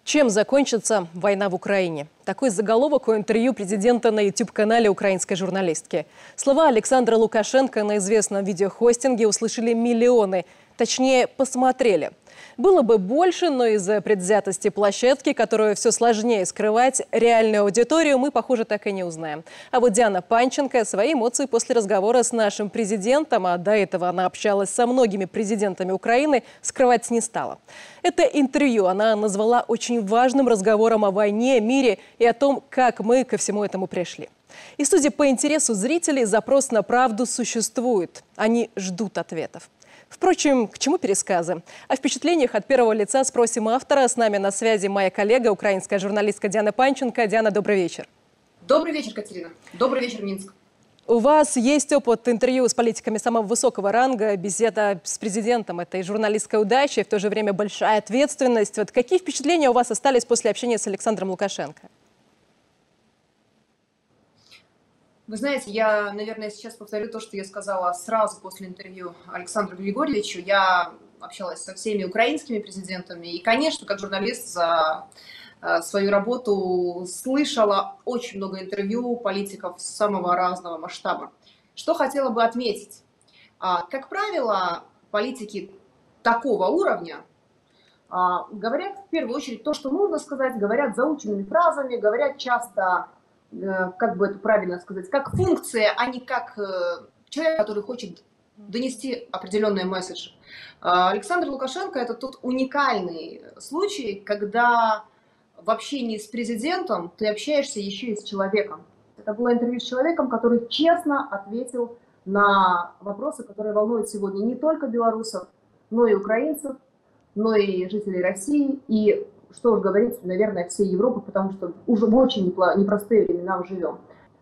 Чем закончится война в Украине? Такой заголовок у интервью президента на YouTube-канале украинской журналистки. Слова Александра Лукашенко на известном видеохостинге услышали миллионы. Точнее, посмотрели. Было бы больше, но из-за предвзятости площадки, которую все сложнее скрывать, реальную аудиторию мы, похоже, так и не узнаем. А вот Диана Панченко свои эмоции после разговора с нашим президентом, а до этого она общалась со многими президентами Украины, скрывать не стала. Это интервью она назвала очень важным разговором о войне, мире и о том, как мы ко всему этому пришли. И судя по интересу зрителей, запрос на правду существует. Они ждут ответов. Впрочем, к чему пересказы? О впечатлениях от первого лица спросим автора. С нами на связи моя коллега, украинская журналистка Диана Панченко. Диана, добрый вечер. Добрый вечер, Катерина. Добрый вечер, Минск. У вас есть опыт интервью с политиками самого высокого ранга, беседа с президентом. Это и журналистская удача, и в то же время большая ответственность. Вот какие впечатления у вас остались после общения с Александром Лукашенко? Вы знаете, я, наверное, сейчас повторю то, что я сказала сразу после интервью Александру Григорьевичу. Я общалась со всеми украинскими президентами. И, конечно, как журналист за свою работу слышала очень много интервью политиков самого разного масштаба. Что хотела бы отметить? Как правило, политики такого уровня говорят в первую очередь то, что нужно сказать, говорят заученными фразами, говорят часто, как бы это правильно сказать, как функция, а не как человек, который хочет донести определенный месседж. Александр Лукашенко – это тот уникальный случай, когда в общении с президентом ты общаешься еще и с человеком. Это было интервью с человеком, который честно ответил на вопросы, которые волнуют сегодня не только белорусов, но и украинцев, но и жителей России, и, что уж говорить, наверное, всей Европы, потому что уже в очень непростые времена мы живем.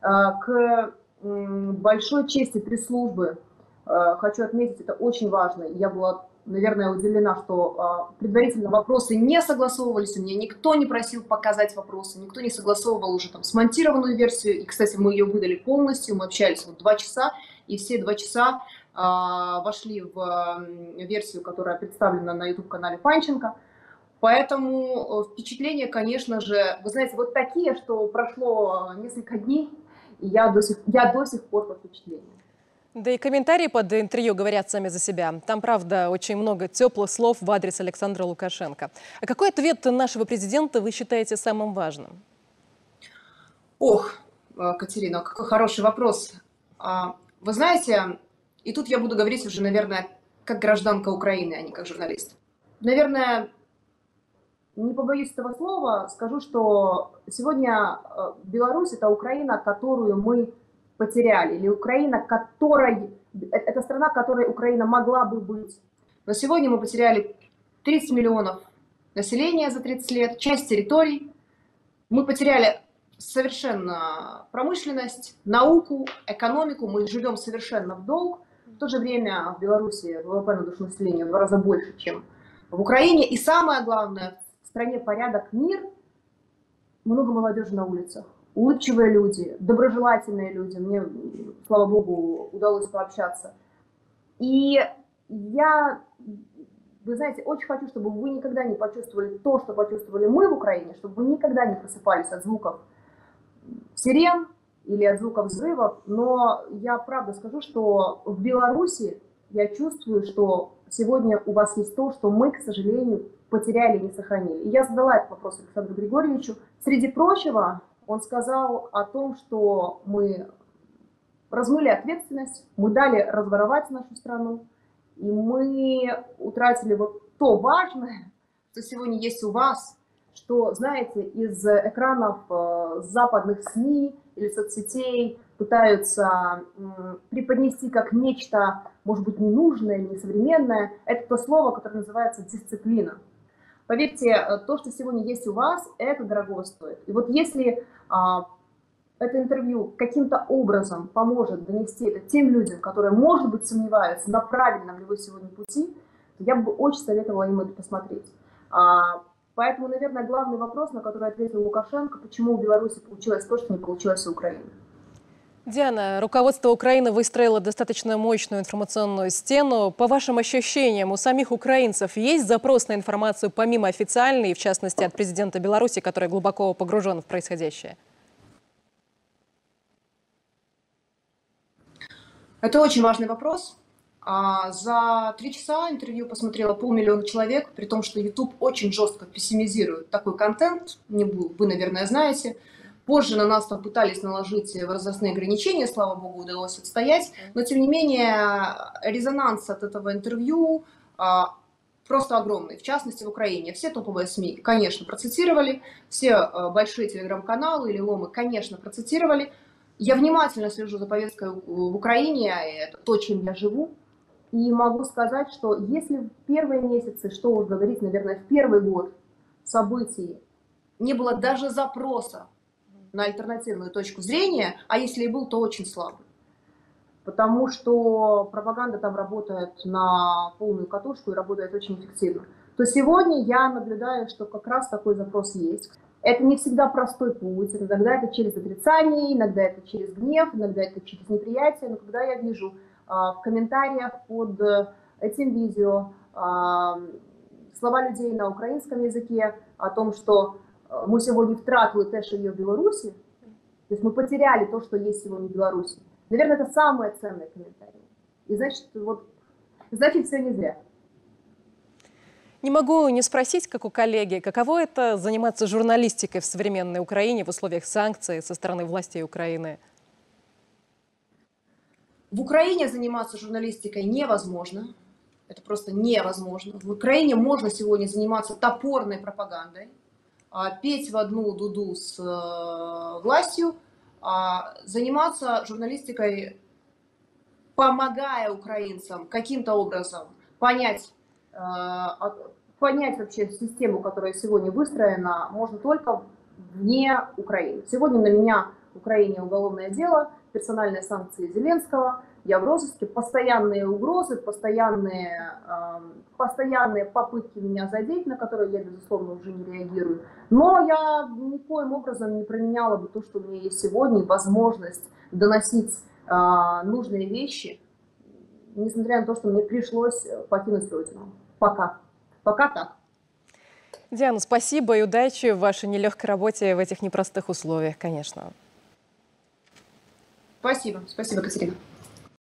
К большой чести пресс-службы хочу отметить, это очень важно. Я была, наверное, удивлена, что предварительно вопросы не согласовывались, у меня никто не просил показать вопросы, никто не согласовывал уже там смонтированную версию, и, кстати, мы ее выдали полностью, мы общались вот 2 часа, и все 2 часа вошли в версию, которая представлена на YouTube-канале Панченко. Поэтому впечатления, конечно же, вы знаете, вот такие, что прошло несколько дней, и я до сих пор под впечатлением. Да и комментарии под интервью говорят сами за себя. Там, правда, очень много теплых слов в адрес Александра Лукашенко. А какой ответ нашего президента вы считаете самым важным? Ох, Катерина, какой хороший вопрос. Вы знаете, и тут я буду говорить уже, наверное, как гражданка Украины, а не как журналист. Наверное, не побоюсь этого слова, скажу, что сегодня Беларусь – это Украина, которую мы потеряли, или Украина, это страна, которой Украина могла бы быть. Но сегодня мы потеряли 30 миллионов населения за 30 лет, часть территорий. Мы потеряли совершенно промышленность, науку, экономику, мы живем совершенно в долг. В то же время в Беларуси ВВП на душу населения в 2 раза больше, чем в Украине. И самое главное, в стране порядок, мир, много молодежи на улицах. Улыбчивые люди, доброжелательные люди. Мне, слава богу, удалось пообщаться. И я, вы знаете, очень хочу, чтобы вы никогда не почувствовали то, что почувствовали мы в Украине, чтобы вы никогда не просыпались от звуков сирен или от звуков взрывов. Но я правда скажу, что в Беларуси я чувствую, что сегодня у вас есть то, что мы, к сожалению, потеряли и не сохранили. И я задала этот вопрос Александру Григорьевичу. Среди прочего, он сказал о том, что мы размыли ответственность, мы дали разворовать нашу страну, и мы утратили вот то важное, что сегодня есть у вас, что, знаете, из экранов западных СМИ или соцсетей пытаются преподнести как нечто, может быть, ненужное или несовременное. Это то слово, которое называется дисциплина. Поверьте, то, что сегодня есть у вас, это дорого стоит. И вот если это интервью каким-то образом поможет донести это тем людям, которые, может быть, сомневаются, на правильном ли вы сегодня пути, то я бы очень советовала им это посмотреть. Поэтому, наверное, главный вопрос, на который ответил Лукашенко, почему у Беларуси получилось то, что не получилось у Украины. Диана, руководство Украины выстроило достаточно мощную информационную стену. По вашим ощущениям, у самих украинцев есть запрос на информацию помимо официальной, в частности от президента Беларуси, который глубоко погружен в происходящее? Это очень важный вопрос. За 3 часа интервью посмотрело 500 000 человек, при том, что YouTube очень жестко пессимизирует такой контент, вы, наверное, знаете. Позже на нас там пытались наложить возрастные ограничения, слава богу, удалось отстоять. Но, тем не менее, резонанс от этого интервью просто огромный. В частности, в Украине. Все топовые СМИ, конечно, процитировали. Все большие телеграм-каналы или ломы, конечно, процитировали. Я внимательно слежу за повесткой в Украине, это то, чем я живу. И могу сказать, что если в первые месяцы, что уж говорить, наверное, в первый год событий не было даже запроса на альтернативную точку зрения, а если и был, то очень слабый. Потому что пропаганда там работает на полную катушку и работает очень эффективно. То сегодня я наблюдаю, что как раз такой запрос есть. Это не всегда простой путь, иногда это через отрицание, иногда это через гнев, иногда это через неприятие. Но когда я вижу в комментариях под этим видео слова людей на украинском языке о том, что мы сегодня втратили то, что есть в Беларуси, то есть мы потеряли то, что есть сегодня в Беларуси. Наверное, это самые ценные комментарии. И значит, все не зря. Не могу не спросить, как у коллеги, каково это заниматься журналистикой в современной Украине в условиях санкций со стороны властей Украины? В Украине заниматься журналистикой невозможно. Это просто невозможно. В Украине можно сегодня заниматься топорной пропагандой, петь в одну дуду с властью, заниматься журналистикой, помогая украинцам каким-то образом понять вообще систему, которая сегодня выстроена, можно только вне Украины. Сегодня на меня в Украине уголовное дело, персональные санкции Зеленского, я в розыске, постоянные угрозы, постоянные попытки меня задеть, на которые я, безусловно, уже не реагирую. Но я никоим образом не променяла бы то, что у меня есть сегодня, возможность доносить нужные вещи, несмотря на то, что мне пришлось покинуть родину. Пока так. Диана, спасибо и удачи в вашей нелегкой работе в этих непростых условиях, конечно. Спасибо, Катерина.